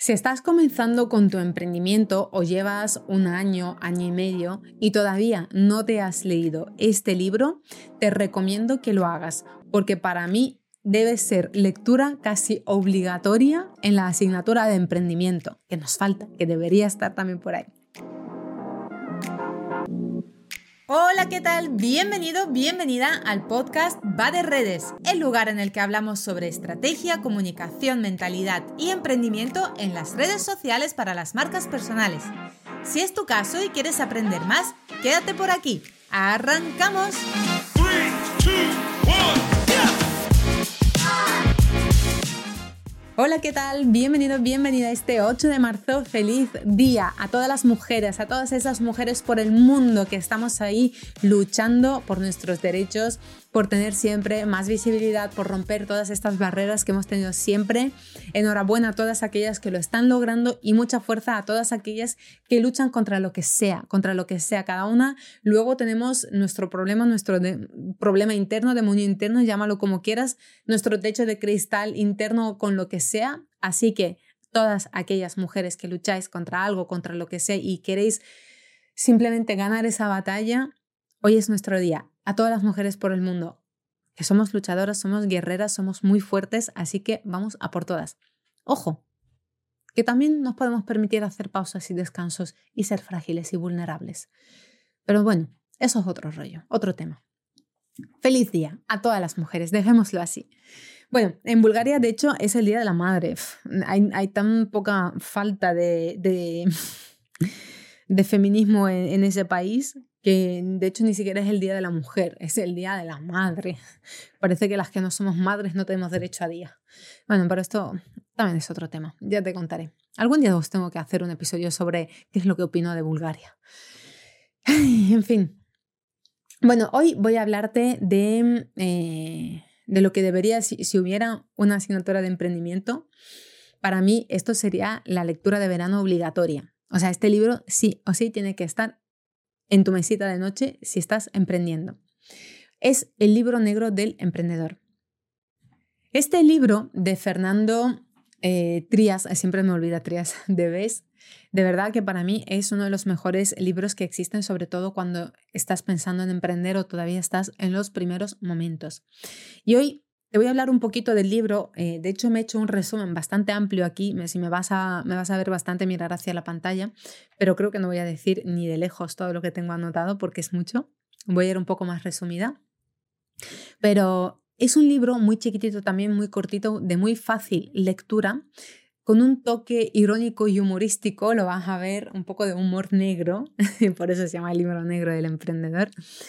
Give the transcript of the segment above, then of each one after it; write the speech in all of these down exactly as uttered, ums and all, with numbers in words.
Si estás comenzando con tu emprendimiento o llevas un año, año y medio y todavía no te has leído este libro, te recomiendo que lo hagas, porque para mí debe ser lectura casi obligatoria en la asignatura de emprendimiento, que nos falta, que debería estar también por ahí. Hola, ¿qué tal? Bienvenido, bienvenida al podcast Va de Redes, el lugar en el que hablamos sobre estrategia, comunicación, mentalidad y emprendimiento en las redes sociales para las marcas personales. Si es tu caso y quieres aprender más, quédate por aquí. ¡Arrancamos! Hola, ¿qué tal? Bienvenido, bienvenida a este ocho de marzo. Feliz día a todas las mujeres, a todas esas mujeres por el mundo que estamos ahí luchando por nuestros derechos, por tener siempre más visibilidad, por romper todas estas barreras que hemos tenido siempre. Enhorabuena a todas aquellas que lo están logrando y mucha fuerza a todas aquellas que luchan contra lo que sea, contra lo que sea. Cada una, luego tenemos nuestro problema, nuestro de, problema interno, demonio interno, llámalo como quieras, nuestro techo de cristal interno con lo que sea. Así que todas aquellas mujeres que lucháis contra algo, contra lo que sea y queréis simplemente ganar esa batalla, hoy es nuestro día. A todas las mujeres por el mundo, que somos luchadoras, somos guerreras, somos muy fuertes, así que vamos a por todas. Ojo, que también nos podemos permitir hacer pausas y descansos y ser frágiles y vulnerables. Pero bueno, eso es otro rollo, otro tema. Feliz día a todas las mujeres, dejémoslo así. Bueno, en Bulgaria, de hecho, es el Día de la Madre. Hay, hay tan poca falta de, de, de feminismo en, en ese país que, de hecho, ni siquiera es el Día de la Mujer, es el Día de la Madre. Parece que las que no somos madres no tenemos derecho a día. Bueno, pero esto también es otro tema, ya te contaré. Algún día os tengo que hacer un episodio sobre qué es lo que opino de Bulgaria. Ay, en fin. Bueno, hoy voy a hablarte de... Eh, de lo que debería, si, si hubiera una asignatura de emprendimiento, para mí esto sería la lectura de verano obligatoria. O sea, este libro sí o sí tiene que estar en tu mesita de noche si estás emprendiendo. Es el libro negro del emprendedor. Este libro de Fernando eh, Trías, siempre me olvida Trías de Bes, de verdad que para mí es uno de los mejores libros que existen, sobre todo cuando estás pensando en emprender o todavía estás en los primeros momentos. Y hoy te voy a hablar un poquito del libro. Eh, de hecho, me he hecho un resumen bastante amplio aquí. Me, si me vas, a, me vas a ver bastante mirar hacia la pantalla, pero creo que no voy a decir ni de lejos todo lo que tengo anotado porque es mucho. Voy a ir un poco más resumida. Pero es un libro muy chiquitito también, muy cortito, de muy fácil lectura, con un toque irónico y humorístico. Lo vas a ver, un poco de humor negro, por eso se llama el libro negro del emprendedor.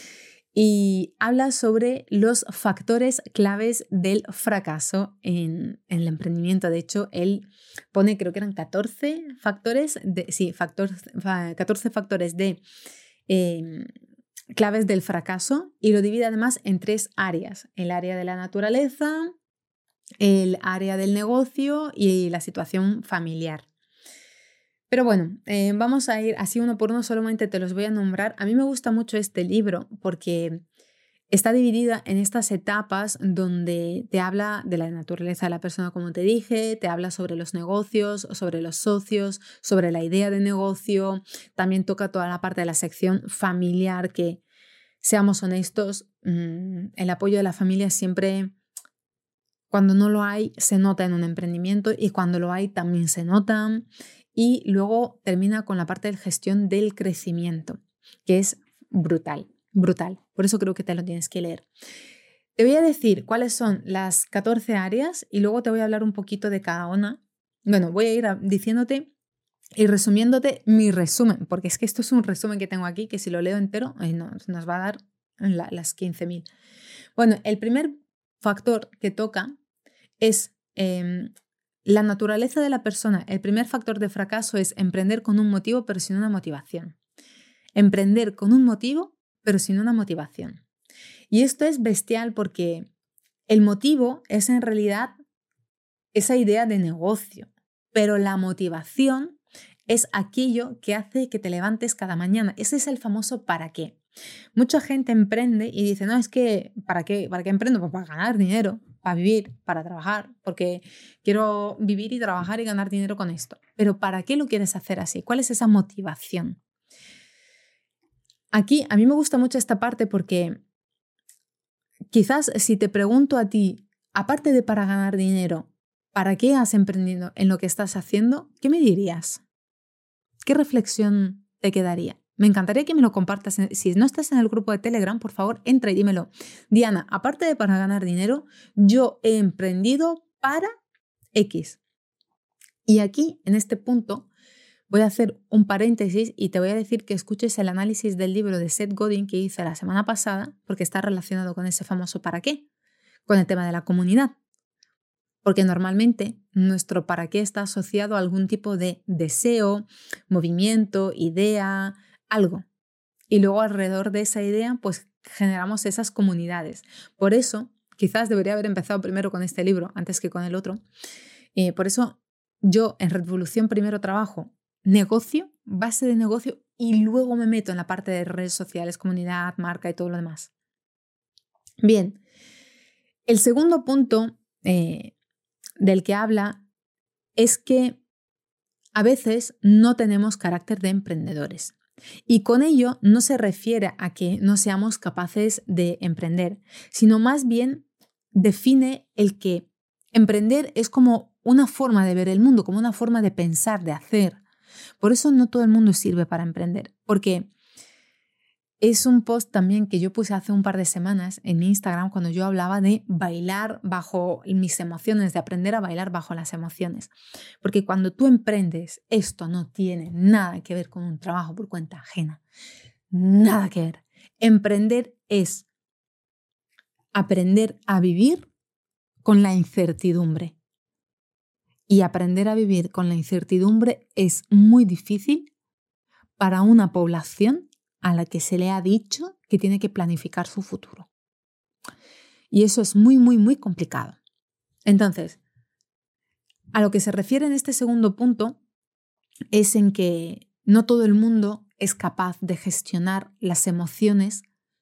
Y habla sobre los factores claves del fracaso en, en el emprendimiento. De hecho, él pone, creo que eran catorce factores, de, sí, factor, catorce factores de eh, claves del fracaso y lo divide además en tres áreas. El área de la naturaleza, el área del negocio y la situación familiar. Pero bueno, eh, vamos a ir así uno por uno, solamente te los voy a nombrar. A mí me gusta mucho este libro porque está dividida en estas etapas donde te habla de la naturaleza de la persona, como te dije, te habla sobre los negocios, sobre los socios, sobre la idea de negocio, también toca toda la parte de la sección familiar que, seamos honestos, mmm, el apoyo de la familia siempre... Cuando no lo hay, se nota en un emprendimiento y cuando lo hay también se nota. Y luego termina con la parte de gestión del crecimiento, que es brutal, brutal. Por eso creo que te lo tienes que leer. Te voy a decir cuáles son las catorce áreas y luego te voy a hablar un poquito de cada una. Bueno, voy a ir diciéndote y resumiéndote mi resumen, porque es que esto es un resumen que tengo aquí, que si lo leo entero eh, no, nos va a dar la, las quince mil. Bueno, el primer factor que toca es eh, la naturaleza de la persona. El primer factor de fracaso es emprender con un motivo pero sin una motivación. Emprender con un motivo pero sin una motivación. Y esto es bestial porque el motivo es en realidad esa idea de negocio, pero la motivación es aquello que hace que te levantes cada mañana. Ese es el famoso ¿para qué? Mucha gente emprende y dice, no, es que ¿para qué, ¿para qué emprendo? Pues para ganar dinero. para vivir, para trabajar, porque quiero vivir y trabajar y ganar dinero con esto. Pero ¿para qué lo quieres hacer así? ¿Cuál es esa motivación? Aquí a mí me gusta mucho esta parte porque quizás si te pregunto a ti, aparte de para ganar dinero, ¿para qué has emprendido en lo que estás haciendo? ¿Qué me dirías? ¿Qué reflexión te quedaría? Me encantaría que me lo compartas. Si no estás en el grupo de Telegram, por favor, entra y dímelo. Diana, aparte de para ganar dinero, yo he emprendido para X. Y aquí, en este punto, voy a hacer un paréntesis y te voy a decir que escuches el análisis del libro de Seth Godin que hice la semana pasada, porque está relacionado con ese famoso ¿para qué? Con el tema de la comunidad. Porque normalmente nuestro para qué está asociado a algún tipo de deseo, movimiento, idea, algo. Y luego alrededor de esa idea, pues generamos esas comunidades. Por eso, quizás debería haber empezado primero con este libro antes que con el otro. Eh, por eso yo en Revolución primero trabajo negocio, base de negocio, y luego me meto en la parte de redes sociales, comunidad, marca y todo lo demás. Bien, el segundo punto eh, del que habla es que a veces no tenemos carácter de emprendedores. Y con ello no se refiere a que no seamos capaces de emprender, sino más bien define el que emprender es como una forma de ver el mundo, como una forma de pensar, de hacer. Por eso no todo el mundo sirve para emprender, porque es un post también que yo puse hace un par de semanas en mi Instagram cuando yo hablaba de bailar bajo mis emociones, de aprender a bailar bajo las emociones. Porque cuando tú emprendes, esto no tiene nada que ver con un trabajo por cuenta ajena. Nada que ver. Emprender es aprender a vivir con la incertidumbre. Y aprender a vivir con la incertidumbre es muy difícil para una población a la que se le ha dicho que tiene que planificar su futuro. Y eso es muy, muy, muy complicado. Entonces, a lo que se refiere en este segundo punto es en que no todo el mundo es capaz de gestionar las emociones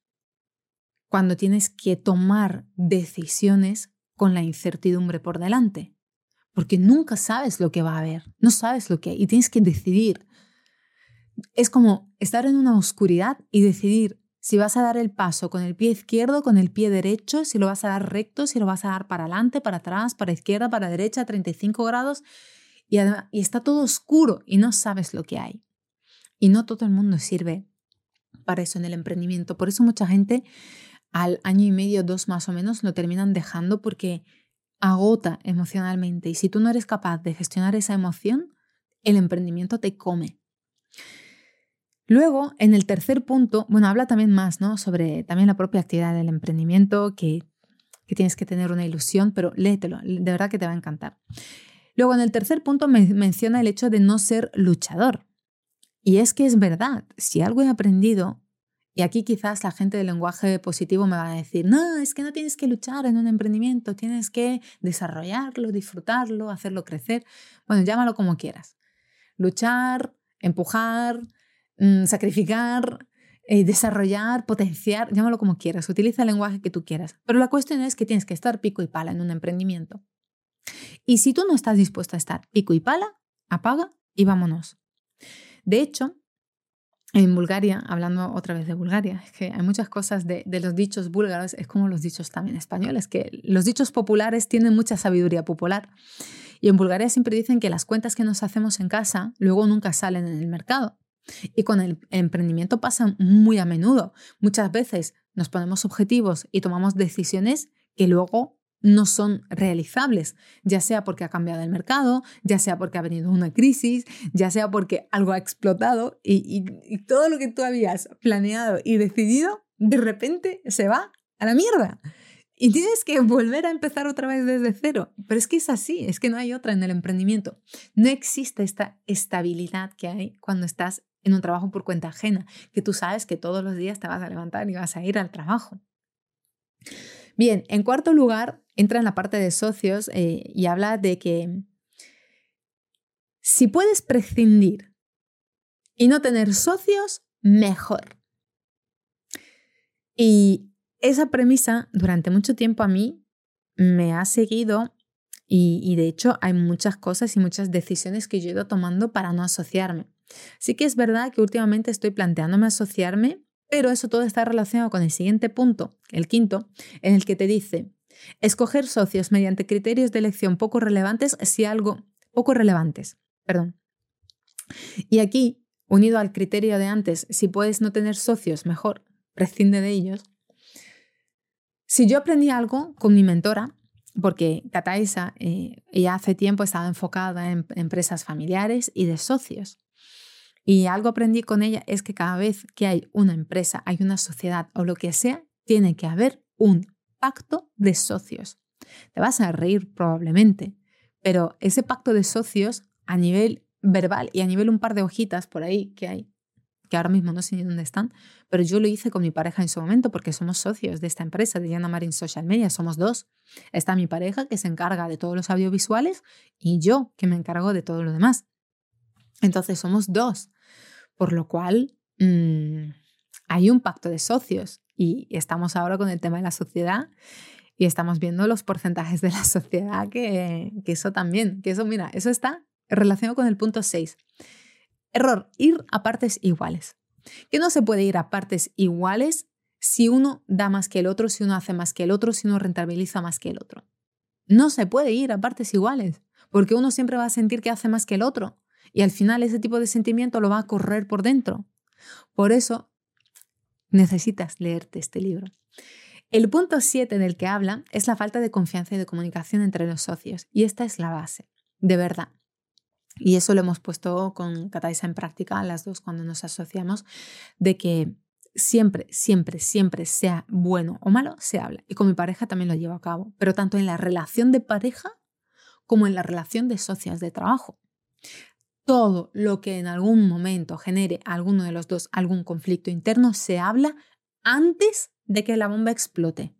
cuando tienes que tomar decisiones con la incertidumbre por delante. Porque nunca sabes lo que va a haber, no sabes lo que hay y tienes que decidir. Es como estar en una oscuridad y decidir si vas a dar el paso con el pie izquierdo, con el pie derecho, si lo vas a dar recto, si lo vas a dar para adelante, para atrás, para izquierda, para derecha, treinta y cinco grados y, además, y está todo oscuro y no sabes lo que hay. Y no todo el mundo sirve para eso en el emprendimiento. Por eso mucha gente al año y medio, dos más o menos, lo terminan dejando porque agota emocionalmente. Y si tú no eres capaz de gestionar esa emoción, el emprendimiento te come. Luego, en el tercer punto, bueno, habla también más, ¿no? Sobre también la propia actividad del emprendimiento, que, que tienes que tener una ilusión, pero léetelo, de verdad que te va a encantar. Luego, en el tercer punto me menciona el hecho de no ser luchador. Y es que es verdad, si algo he aprendido, y aquí quizás la gente del lenguaje positivo me va a decir, no, es que no tienes que luchar en un emprendimiento, tienes que desarrollarlo, disfrutarlo, hacerlo crecer. Bueno, llámalo como quieras. Luchar, empujar, sacrificar, eh, desarrollar, potenciar, llámalo como quieras, utiliza el lenguaje que tú quieras. Pero la cuestión es que tienes que estar pico y pala en un emprendimiento. Y si tú no estás dispuesto a estar pico y pala, apaga y vámonos. De hecho, en Bulgaria, hablando otra vez de Bulgaria, es que hay muchas cosas de, de los dichos búlgaros, es como los dichos también españoles, que los dichos populares tienen mucha sabiduría popular. Y en Bulgaria siempre dicen que las cuentas que nos hacemos en casa luego nunca salen en el mercado. Y con el emprendimiento pasa muy a menudo. Muchas veces nos ponemos objetivos y tomamos decisiones que luego no son realizables, ya sea porque ha cambiado el mercado, ya sea porque ha venido una crisis, ya sea porque algo ha explotado y, y, y todo lo que tú habías planeado y decidido de repente se va a la mierda. Y tienes que volver a empezar otra vez desde cero. Pero es que es así, es que no hay otra en el emprendimiento. No existe esta estabilidad que hay cuando estás en un trabajo por cuenta ajena, que tú sabes que todos los días te vas a levantar y vas a ir al trabajo. Bien, en cuarto lugar, entra en la parte de socios eh, y habla de que si puedes prescindir y no tener socios, mejor. Y esa premisa durante mucho tiempo a mí me ha seguido y, y de hecho hay muchas cosas y muchas decisiones que yo he ido tomando para no asociarme. Sí que es verdad que últimamente estoy planteándome asociarme, pero eso todo está relacionado con el siguiente punto, el quinto, en el que te dice: escoger socios mediante criterios de elección poco relevantes si algo poco relevantes, perdón. Y aquí, unido al criterio de antes, si puedes no tener socios, mejor, prescinde de ellos. Si yo aprendí algo con mi mentora, porque Kataisa eh, ella hace tiempo estaba enfocada en empresas familiares y de socios. Y algo aprendí con ella es que cada vez que hay una empresa, hay una sociedad o lo que sea, tiene que haber un pacto de socios. Te vas a reír probablemente, pero ese pacto de socios a nivel verbal y a nivel un par de hojitas por ahí que hay, que ahora mismo no sé ni dónde están, pero yo lo hice con mi pareja en su momento porque somos socios de esta empresa, de Diana Marín Social Media, somos dos. Está mi pareja que se encarga de todos los audiovisuales y yo que me encargo de todo lo demás. Entonces somos dos, por lo cual mmm, hay un pacto de socios y estamos ahora con el tema de la sociedad y estamos viendo los porcentajes de la sociedad que, que eso también, que eso mira, eso está relacionado con el punto seis. Error, ir a partes iguales. Que no se puede ir a partes iguales si uno da más que el otro, si uno hace más que el otro, si uno rentabiliza más que el otro. No se puede ir a partes iguales, porque uno siempre va a sentir que hace más que el otro. Y al final ese tipo de sentimiento lo va a correr por dentro. Por eso necesitas leerte este libro. El punto siete del que habla es la falta de confianza y de comunicación entre los socios. Y esta es la base, de verdad. Y eso lo hemos puesto con Kataisa en práctica, las dos cuando nos asociamos, de que siempre, siempre, siempre, sea bueno o malo, se habla. Y con mi pareja también lo llevo a cabo, pero tanto en la relación de pareja como en la relación de socias de trabajo. Todo lo que en algún momento genere a alguno de los dos algún conflicto interno se habla antes de que la bomba explote.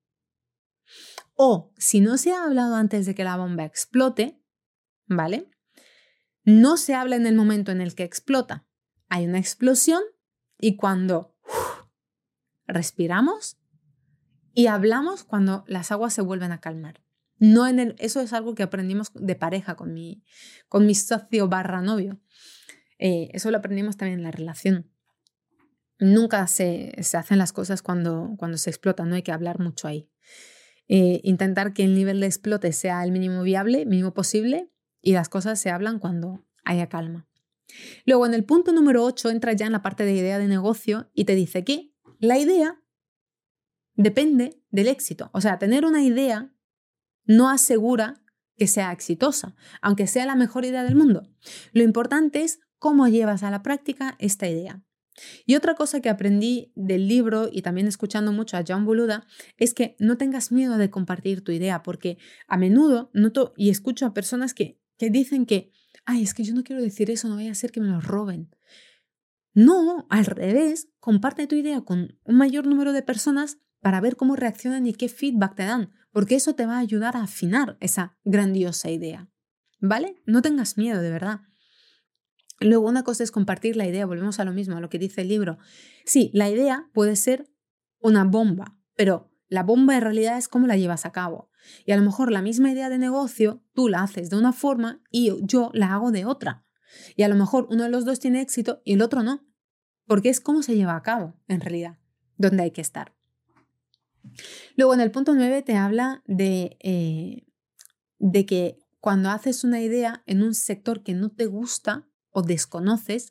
O si no se ha hablado antes de que la bomba explote, ¿vale? No se habla en el momento en el que explota. Hay una explosión y cuando uf, respiramos y hablamos cuando las aguas se vuelven a calmar. No en el, eso es algo que aprendimos de pareja con mi, con mi socio barra novio. Eh, eso lo aprendimos también en la relación. Nunca se, se hacen las cosas cuando, cuando se explota, no hay que hablar mucho ahí. Eh, intentar que el nivel de explote sea el mínimo viable, mínimo posible, y las cosas se hablan cuando haya calma. Luego, en el punto número ocho, entra ya en la parte de idea de negocio y te dice que la idea depende del éxito. O sea, tener una idea no asegura que sea exitosa, aunque sea la mejor idea del mundo. Lo importante es cómo llevas a la práctica esta idea. Y otra cosa que aprendí del libro y también escuchando mucho a John Boluda es que no tengas miedo de compartir tu idea, porque a menudo noto y escucho a personas que, que dicen que ay, es que yo no quiero decir eso, no vaya a ser que me lo roben. No, al revés, comparte tu idea con un mayor número de personas para ver cómo reaccionan y qué feedback te dan, porque eso te va a ayudar a afinar esa grandiosa idea, ¿vale? No tengas miedo, de verdad. Luego, una cosa es compartir la idea, volvemos a lo mismo, a lo que dice el libro. Sí, la idea puede ser una bomba, pero la bomba en realidad es cómo la llevas a cabo. Y a lo mejor la misma idea de negocio tú la haces de una forma y yo la hago de otra. Y a lo mejor uno de los dos tiene éxito y el otro no, porque es cómo se lleva a cabo en realidad, donde hay que estar. Luego en el punto nueve te habla de, eh, de que cuando haces una idea en un sector que no te gusta o desconoces,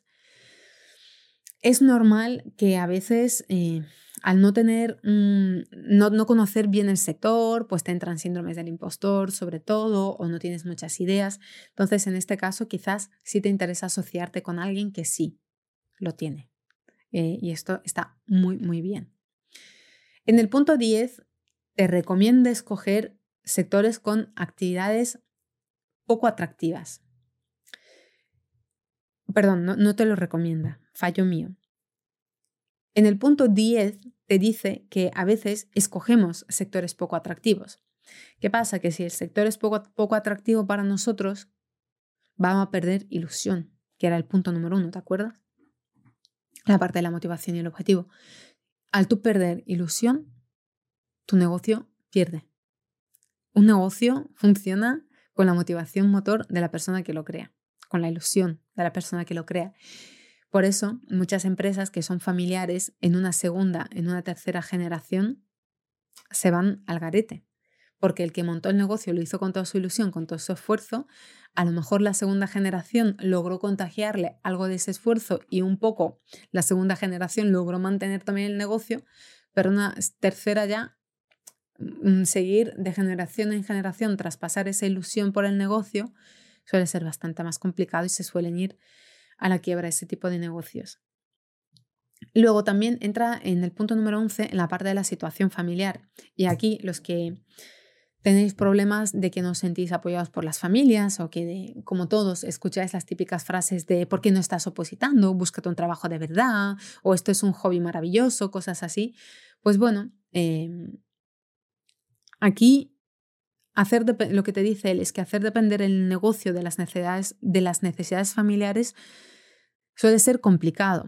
es normal que a veces eh, al no tener, mmm, no, no conocer bien el sector, pues te entran síndromes del impostor sobre todo, o no tienes muchas ideas. Entonces, en este caso, quizás sí te interesa asociarte con alguien que sí lo tiene. Eh, y esto está muy, muy bien. En el punto diez, te recomiendo escoger sectores con actividades poco atractivas. Perdón, no, no te lo recomienda, fallo mío. En el punto diez te dice que a veces escogemos sectores poco atractivos. ¿Qué pasa? Que si el sector es poco, poco atractivo para nosotros, vamos a perder ilusión, que era el punto número uno, ¿te acuerdas? La parte de la motivación y el objetivo. Al tú perder ilusión, tu negocio pierde. un negocio funciona con la motivación motor de la persona que lo crea, con la ilusión de la persona que lo crea. Por eso, muchas empresas que son familiares en una segunda, en una tercera generación, se van al garete. Porque el que montó el negocio lo hizo con toda su ilusión, con todo su esfuerzo. A lo mejor la segunda generación logró contagiarle algo de ese esfuerzo y un poco la segunda generación logró mantener también el negocio, pero una tercera ya, seguir de generación en generación, traspasar esa ilusión por el negocio, suele ser bastante más complicado y se suelen ir a la quiebra ese tipo de negocios. Luego también entra en el punto número once en la parte de la situación familiar. Y aquí los que tenéis problemas de que no os sentís apoyados por las familias o que, de, como todos, escucháis las típicas frases de ¿por qué no estás opositando? Búscate un trabajo de verdad, o esto es un hobby maravilloso, cosas así. Pues bueno, eh, aquí hacer de, lo que te dice él es que hacer depender el negocio de las necesidades, de las necesidades familiares suele ser complicado.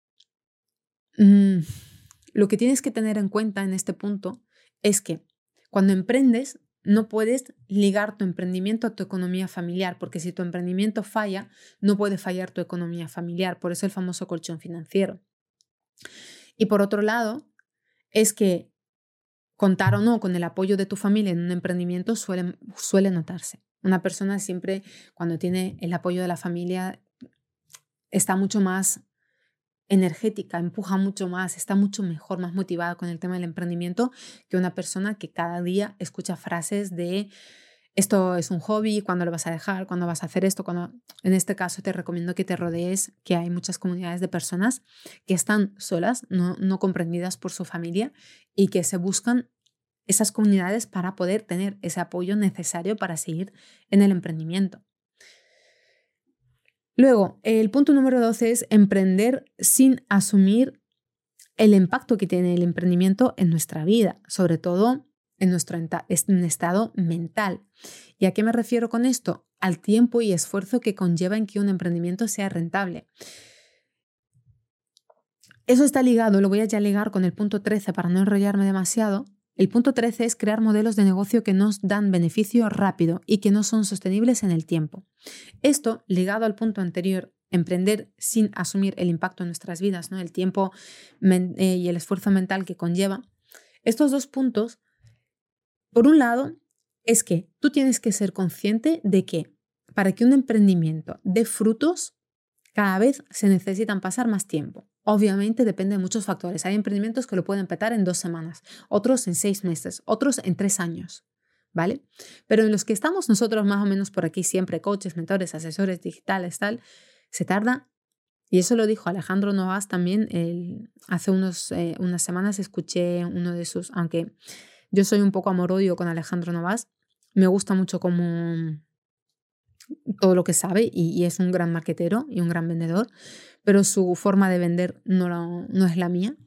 Mm, lo que tienes que tener en cuenta en este punto es que cuando emprendes no puedes ligar tu emprendimiento a tu economía familiar, porque si tu emprendimiento falla, no puede fallar tu economía familiar. Por eso el famoso colchón financiero. Y por otro lado, es que contar o no con el apoyo de tu familia en un emprendimiento suele, suele notarse. Una persona siempre, cuando tiene el apoyo de la familia, está mucho más energética, empuja mucho más, está mucho mejor, más motivada con el tema del emprendimiento que una persona que cada día escucha frases de esto es un hobby, ¿cuándo lo vas a dejar? ¿Cuándo vas a hacer esto? ¿Cuándo? En este caso te recomiendo que te rodees, que hay muchas comunidades de personas que están solas, no, no comprendidas por su familia y que se buscan esas comunidades para poder tener ese apoyo necesario para seguir en el emprendimiento. Luego, el punto número doce es emprender sin asumir el impacto que tiene el emprendimiento en nuestra vida, sobre todo en nuestro en estado mental. ¿Y a qué me refiero con esto? Al tiempo y esfuerzo que conlleva en que un emprendimiento sea rentable. Eso está ligado, lo voy a ya ligar con el punto trece para no enrollarme demasiado. El punto trece es crear modelos de negocio que nos dan beneficio rápido y que no son sostenibles en el tiempo. Esto, ligado al punto anterior, emprender sin asumir el impacto en nuestras vidas, ¿no? El tiempo eh, y el esfuerzo mental que conlleva. Estos dos puntos, por un lado, es que tú tienes que ser consciente de que para que un emprendimiento dé frutos, cada vez se necesitan pasar más tiempo. Obviamente depende de muchos factores. Hay emprendimientos que lo pueden petar en dos semanas, otros en seis meses, otros en tres años, ¿vale? Pero en los que estamos nosotros más o menos por aquí siempre, coaches, mentores, asesores digitales, tal, se tarda. Y eso lo dijo Alejandro Novas también. El, hace unos, eh, unas semanas escuché uno de sus, aunque yo soy un poco amor-odio con Alejandro Novas, me gusta mucho como todo lo que sabe y, y es un gran marketero y un gran vendedor, pero su forma de vender no, lo, no es la mía.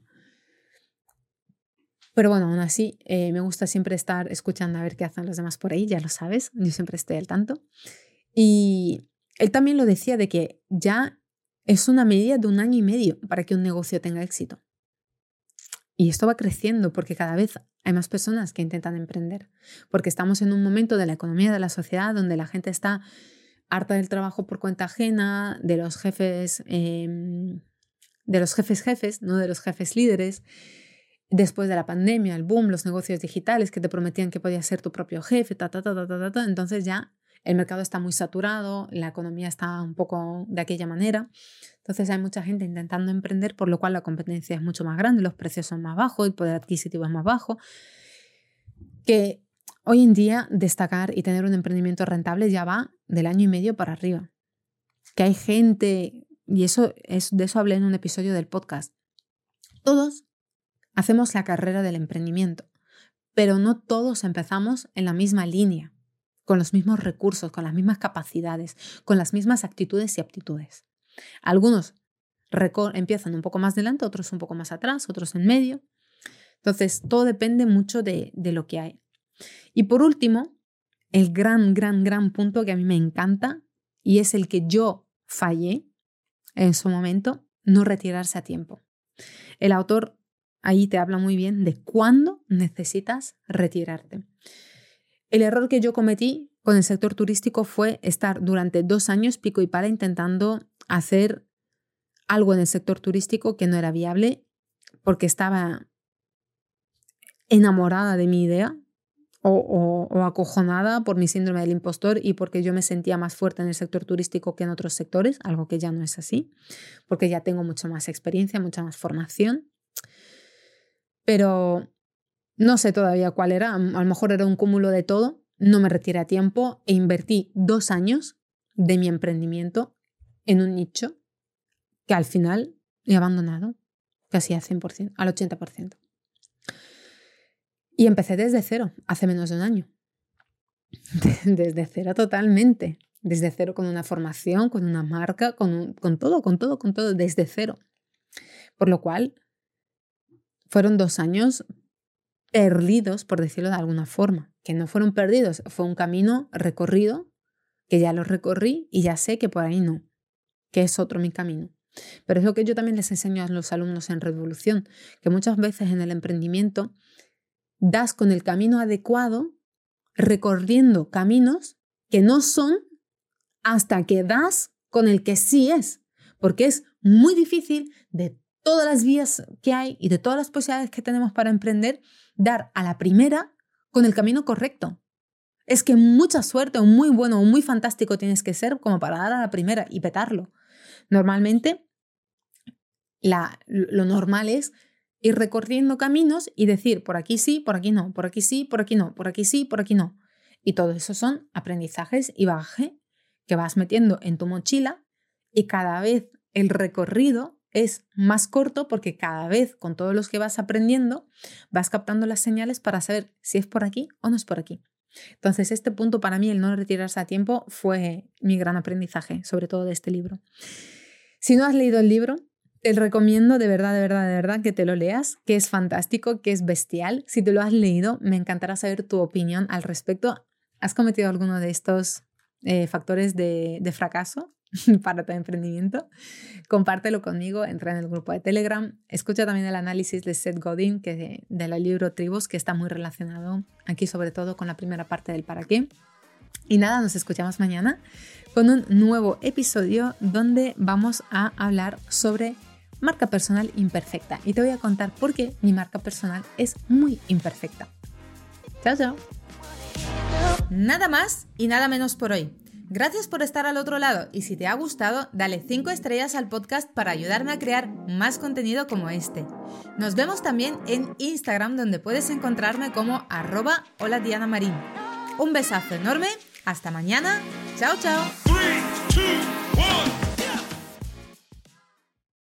Pero bueno, aún así eh, me gusta siempre estar escuchando a ver qué hacen los demás por ahí, ya lo sabes, yo siempre estoy al tanto. Y él también lo decía de que ya es una medida de un año y medio para que un negocio tenga éxito. Y esto va creciendo porque cada vez hay más personas que intentan emprender, porque estamos en un momento de la economía de la sociedad donde la gente está harta del trabajo por cuenta ajena, de los jefes, eh, de los jefes jefes, no de los jefes líderes. Después de la pandemia, el boom, los negocios digitales que te prometían que podías ser tu propio jefe, ta, ta, ta, ta, ta, ta. Entonces ya el mercado está muy saturado, la economía está un poco de aquella manera. Entonces hay mucha gente intentando emprender, por lo cual la competencia es mucho más grande, los precios son más bajos, el poder adquisitivo es más bajo. Que hoy en día destacar y tener un emprendimiento rentable ya va del año y medio para arriba. Que hay gente, y eso es, de eso hablé en un episodio del podcast, todos hacemos la carrera del emprendimiento, pero no todos empezamos en la misma línea, con los mismos recursos, con las mismas capacidades, con las mismas actitudes y aptitudes. Algunos empiezan un poco más delante, otros un poco más atrás, otros en medio. Entonces, todo depende mucho de, de lo que hay. Y por último, el gran, gran, gran punto que a mí me encanta y es el que yo fallé en su momento, no retirarse a tiempo. El autor ahí te habla muy bien de cuándo necesitas retirarte. El error que yo cometí con el sector turístico fue estar durante dos años pico y pala intentando hacer algo en el sector turístico que no era viable porque estaba enamorada de mi idea o, o, o acojonada por mi síndrome del impostor y porque yo me sentía más fuerte en el sector turístico que en otros sectores, algo que ya no es así, porque ya tengo mucho más experiencia, mucha más formación. Pero no sé todavía cuál era, a lo mejor era un cúmulo de todo. No me retiré a tiempo e invertí dos años de mi emprendimiento en un nicho que al final he abandonado casi al cien por ciento, al ochenta por ciento. Y empecé desde cero, hace menos de un año. Desde cero totalmente. Desde cero con una formación, con una marca, con, un, con todo, con todo, con todo, desde cero. Por lo cual, fueron dos años perdidos, por decirlo de alguna forma. Que no fueron perdidos, fue un camino recorrido, que ya lo recorrí y ya sé que por ahí no, que es otro mi camino. Pero es lo que yo también les enseño a los alumnos en Revolución, que muchas veces en el emprendimiento das con el camino adecuado recorriendo caminos que no son hasta que das con el que sí es, porque es muy difícil de todas las vías que hay y de todas las posibilidades que tenemos para emprender, dar a la primera con el camino correcto. Es que mucha suerte o muy bueno o muy fantástico tienes que ser como para dar a la primera y petarlo. Normalmente la, lo normal es ir recorriendo caminos y decir por aquí sí, por aquí no, por aquí sí, por aquí no, por aquí sí, por aquí no. Y todo eso son aprendizajes y bagaje que vas metiendo en tu mochila y cada vez el recorrido es más corto porque cada vez con todos los que vas aprendiendo vas captando las señales para saber si es por aquí o no es por aquí. Entonces este punto para mí, el no retirarse a tiempo, fue mi gran aprendizaje, sobre todo de este libro. Si no has leído el libro, te recomiendo de verdad, de verdad, de verdad que te lo leas, que es fantástico, que es bestial. Si te lo has leído, me encantará saber tu opinión al respecto. ¿Has cometido alguno de estos eh, factores de, de fracaso para tu emprendimiento? Compártelo conmigo, entra en el grupo de Telegram. Escucha también el análisis de Seth Godin que, del libro Tribus, que está muy relacionado aquí sobre todo con la primera parte del para qué. Y nada, nos escuchamos mañana con un nuevo episodio donde vamos a hablar sobre marca personal imperfecta. Y te voy a contar por qué mi marca personal es muy imperfecta. Chao, chao. Nada más y nada menos por hoy. Gracias por estar al otro lado y si te ha gustado, dale cinco estrellas al podcast para ayudarme a crear más contenido como este. Nos vemos también en Instagram, donde puedes encontrarme como arroba hola Diana Marín. Un besazo enorme, hasta mañana, chao chao. three, two